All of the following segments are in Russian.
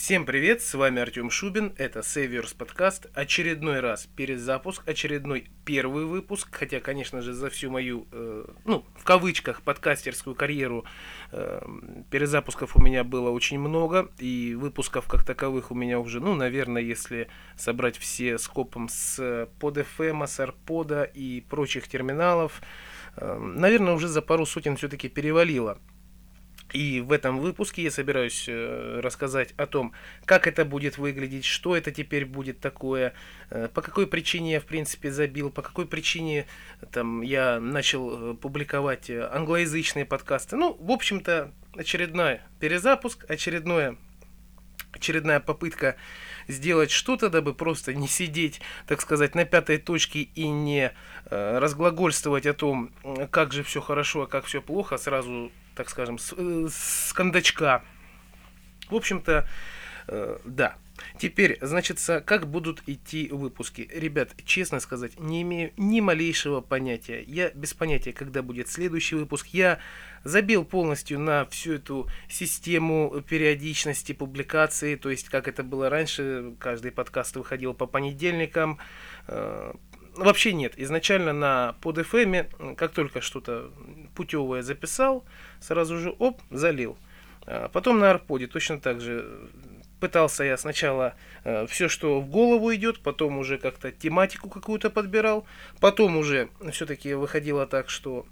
Всем привет, с вами Артем Шубин, это Saviors подкаст, очередной раз перезапуск, очередной первый выпуск, хотя, конечно же, за всю мою, в кавычках, подкастерскую карьеру перезапусков у меня было очень много, и выпусков как таковых у меня уже, наверное, если собрать все скопом с PodFM, с Арпода и прочих терминалов, наверное, уже за пару сотен все-таки перевалило. И в этом выпуске я собираюсь рассказать о том, как это будет выглядеть, что это теперь будет такое, по какой причине я, в принципе, забил, по какой причине там, я начал публиковать англоязычные подкасты. В общем-то, очередной перезапуск, очередная попытка сделать что-то, дабы просто не сидеть, так сказать, на пятой точке и не разглагольствовать о том, как же все хорошо, а как все плохо, сразу, так скажем, с кондачка. В общем-то, да. Теперь, значит, как будут идти выпуски. Ребят, честно сказать, не имею ни малейшего понятия. Я без понятия, когда будет следующий выпуск. Я забил полностью на всю эту систему периодичности публикации. То есть, как это было раньше, каждый подкаст выходил по понедельникам. Вообще нет. Изначально на PodFM, как только что-то путевое записал, сразу же залил. Потом на Арподе точно так же пытался я сначала все, что в голову идет, потом уже как-то тематику какую-то подбирал, потом уже все-таки выходило так, что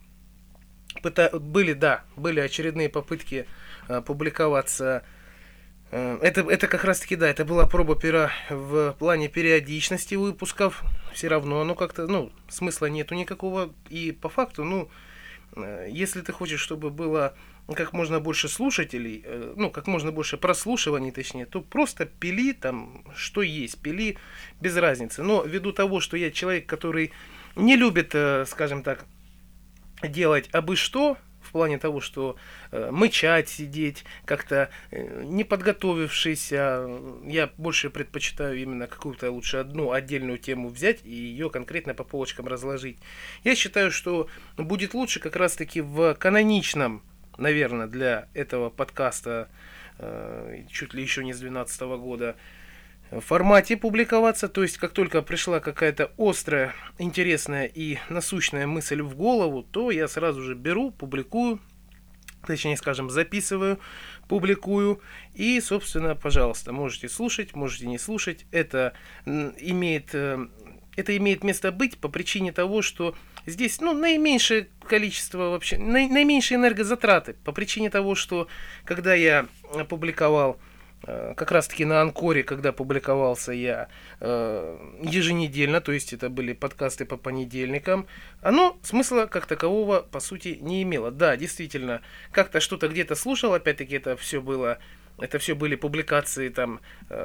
были очередные попытки публиковаться. Это как раз таки, да, это была проба пера в плане периодичности выпусков. Все равно оно как-то, смысла нету никакого. И по факту, если ты хочешь, чтобы было как можно больше слушателей, как можно больше прослушиваний, точнее, то просто пили там, что есть, пили без разницы. Но ввиду того, что я человек, который не любит, скажем так, делать абы что, в плане того, что мычать, сидеть, как-то не подготовившись, я больше предпочитаю именно какую-то лучше одну отдельную тему взять и ее конкретно по полочкам разложить. Я считаю, что будет лучше как раз-таки в каноничном, наверное, для этого подкаста, чуть ли еще не с 2012 года, формате публиковаться, то есть как только пришла какая-то острая, интересная и насущная мысль в голову, то я сразу же беру, публикую, точнее скажем, записываю, публикую и, собственно, пожалуйста, можете слушать, можете не слушать, это имеет место быть по причине того, что здесь, наименьшее количество вообще, наименьшие энергозатраты, по причине того, что когда я публиковал как раз таки на Анкоре, когда публиковался я еженедельно, то есть это были подкасты по понедельникам, оно смысла как такового по сути не имело. Да, действительно, как-то что-то где-то слушал, опять-таки это все были публикации там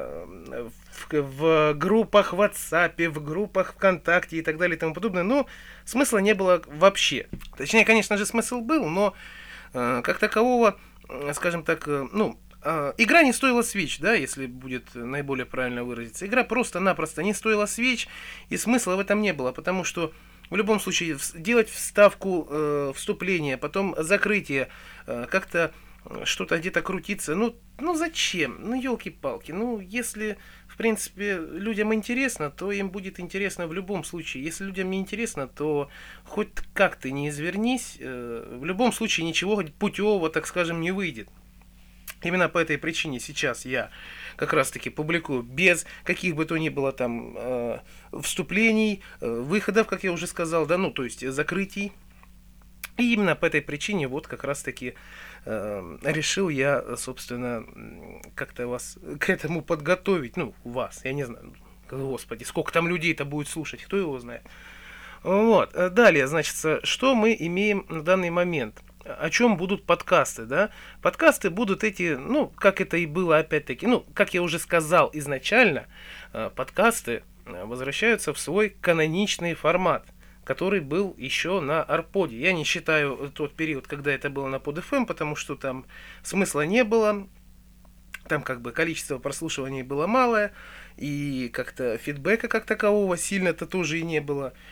в группах в WhatsApp, в группах ВКонтакте и так далее и тому подобное, но смысла не было вообще. Точнее, конечно же, смысл был, но как такового, скажем так, игра не стоила свеч, да, если будет наиболее правильно выразиться. Игра просто-напросто не стоила свеч, и смысла в этом не было, потому что в любом случае делать вставку, вступление, потом закрытие, как-то что-то где-то крутиться, зачем? Елки-палки, если, в принципе, людям интересно, то им будет интересно в любом случае. Если людям не интересно, то хоть как ты не извернись, в любом случае ничего путевого, так скажем, не выйдет. Именно по этой причине сейчас я как раз таки публикую без каких бы то ни было там вступлений, выходов, как я уже сказал, то есть закрытий. И именно по этой причине вот как раз таки решил я, собственно, как-то вас к этому подготовить. Вас, я не знаю, господи, сколько там людей-то будет слушать, кто его знает. Вот, далее, значит, что мы имеем на данный момент? О чем будут подкасты, да? Подкасты будут эти, как это и было, опять-таки, как я уже сказал изначально, подкасты возвращаются в свой каноничный формат, который был еще на Арподе. Я не считаю тот период, когда это было на PodFM, потому что там смысла не было, там как бы количество прослушиваний было малое, и как-то фидбэка как такового сильно-то тоже и не было.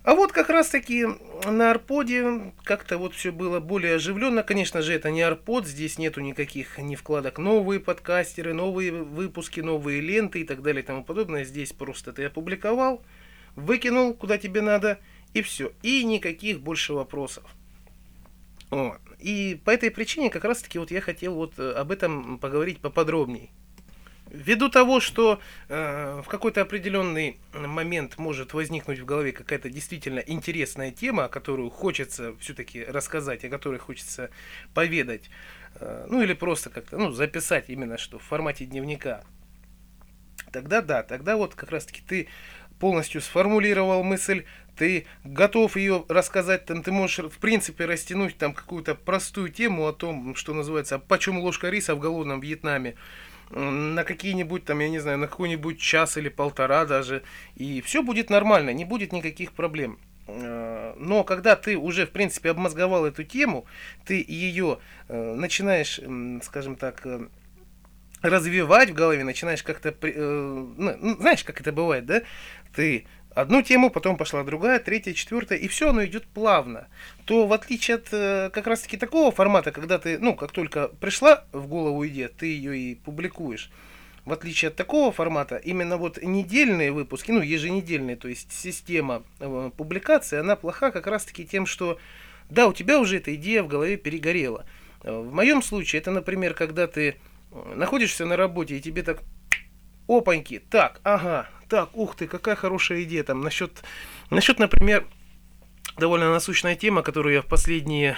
А вот как раз таки на Арподе как-то вот все было более оживленно. Конечно же, это не Арпод, здесь нету никаких ни вкладок новые подкастеры, новые выпуски, новые ленты и так далее и тому подобное. Здесь просто ты опубликовал, выкинул куда тебе надо и все. И никаких больше вопросов. Вот. И по этой причине как раз таки вот я хотел вот об этом поговорить поподробнее. Ввиду того, что в какой-то определенный момент может возникнуть в голове какая-то действительно интересная тема, о которую хочется все-таки рассказать, о которой хочется поведать, ну или просто как-то ну, записать именно что в формате дневника, тогда да, тогда вот как раз-таки ты полностью сформулировал мысль, ты готов ее рассказать, там ты можешь в принципе растянуть там какую-то простую тему о том, что называется, почем ложка риса в голодном Вьетнаме, на какие-нибудь там, я не знаю, на какой-нибудь час или полтора даже, и все будет нормально, не будет никаких проблем. Но когда ты уже, в принципе, обмозговал эту тему, ты ее начинаешь, скажем так, развивать в голове, начинаешь как-то, ну, знаешь, как это бывает, да? Ты одну тему, потом пошла другая, третья, четвертая, и все, оно идет плавно. То в отличие от как раз-таки такого формата, когда ты, ну, как только пришла в голову идея, ты ее и публикуешь. В отличие от такого формата, именно вот недельные выпуски, ну, еженедельные, то есть система публикации, она плоха как раз-таки тем, что, да, у тебя уже эта идея в голове перегорела. В моем случае, это, например, когда ты находишься на работе, и тебе так, опаньки, так, ага, так, ух ты, какая хорошая идея, там, насчет, например, довольно насущная тема, которую я в последние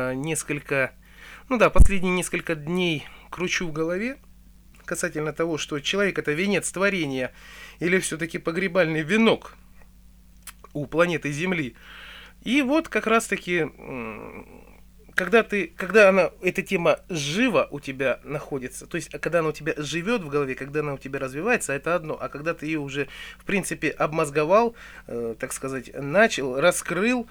последние несколько дней кручу в голове, касательно того, что человек это венец творения или все-таки погребальный венок у планеты Земли. И вот как раз таки когда эта тема жива у тебя находится, то есть когда она у тебя живет в голове, когда она у тебя развивается, это одно, а когда ты ее уже, в принципе, обмозговал, так сказать, начал, раскрыл,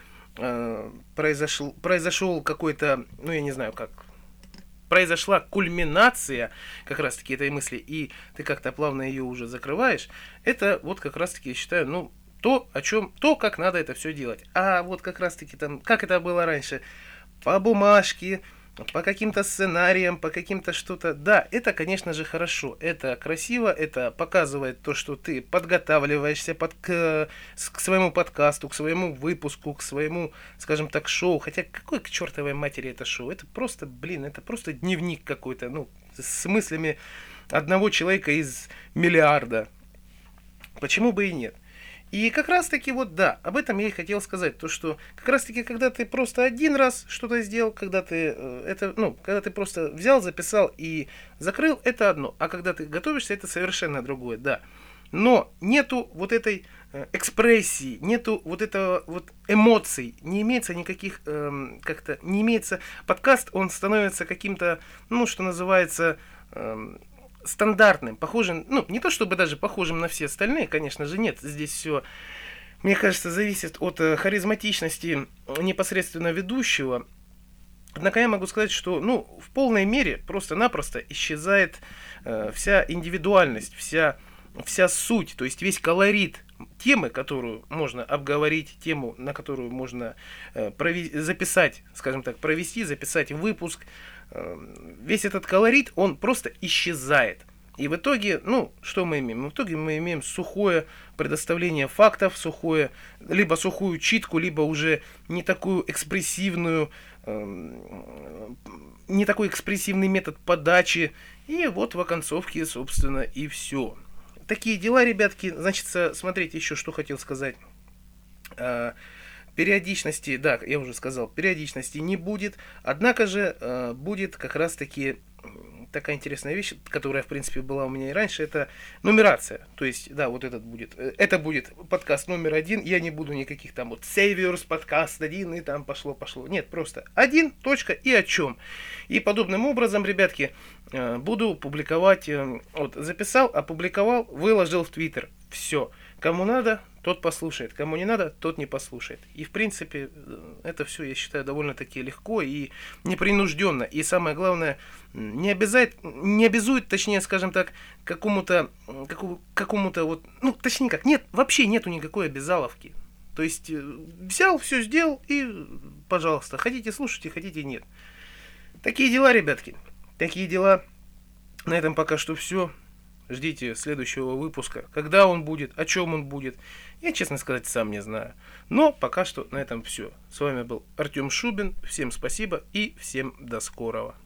произошел какой-то, ну я не знаю как, произошла кульминация как раз таки этой мысли, и ты как-то плавно ее уже закрываешь, это вот как раз таки, я считаю, ну, то, как надо это все делать. А вот как раз таки там, как это было раньше, по бумажке, по каким-то сценариям, по каким-то что-то. Да, это, конечно же, хорошо. Это красиво, это показывает то, что ты подготавливаешься к своему подкасту, к своему выпуску, к своему, скажем так, шоу. Хотя какой к чертовой матери это шоу? Это просто, блин, это просто дневник какой-то, ну, с мыслями одного человека из миллиарда. Почему бы и нет? И как раз таки вот да, об этом я и хотел сказать, то что как раз таки когда ты просто один раз что-то сделал, когда ты когда ты просто взял, записал и закрыл, это одно, а когда ты готовишься, это совершенно другое, да. Но нету вот этой экспрессии, нету вот этого вот эмоций, не имеется никаких как-то не имеется подкаст, он становится каким-то, ну что называется стандартным, похожим, ну, не то чтобы даже похожим на все остальные, конечно же, нет. Здесь все, мне кажется, зависит от харизматичности непосредственно ведущего. Однако я могу сказать, что, ну, в полной мере просто-напросто исчезает вся индивидуальность, вся суть, то есть весь колорит темы, которую можно обговорить, тему, на которую можно записать, скажем так, записать выпуск, весь этот колорит, он просто исчезает. И в итоге, ну, что мы имеем? В итоге мы имеем сухое предоставление фактов, либо сухую читку, либо уже не такую экспрессивную, не такой экспрессивный метод подачи. И вот в оконцовке, собственно, и все. Такие дела, ребятки. Значит, смотрите, еще что хотел сказать. Периодичности, да, я уже сказал, периодичности не будет. Однако же будет как раз-таки такая интересная вещь, которая, в принципе, была у меня и раньше, это нумерация. То есть, да, вот это будет подкаст номер 1. Я не буду никаких там вот Saviors, подкаст 1 и там пошло. Нет, просто 1, точка и о чем. И подобным образом, ребятки, буду публиковать, вот записал, опубликовал, выложил в Твиттер. Все. Кому надо, тот послушает. Кому не надо, тот не послушает. И, в принципе, это все, я считаю, довольно-таки легко и непринужденно. И самое главное, не обязует, точнее, скажем так, какому-то вот, ну, точнее как, вообще нету никакой обязаловки. То есть взял, все сделал и, пожалуйста, хотите слушайте, хотите нет. Такие дела, ребятки. Такие дела. На этом пока что все. Ждите следующего выпуска. Когда он будет, о чем он будет, я, честно сказать, сам не знаю. Но пока что на этом все. С вами был Артем Шубин. Всем спасибо и всем до скорого.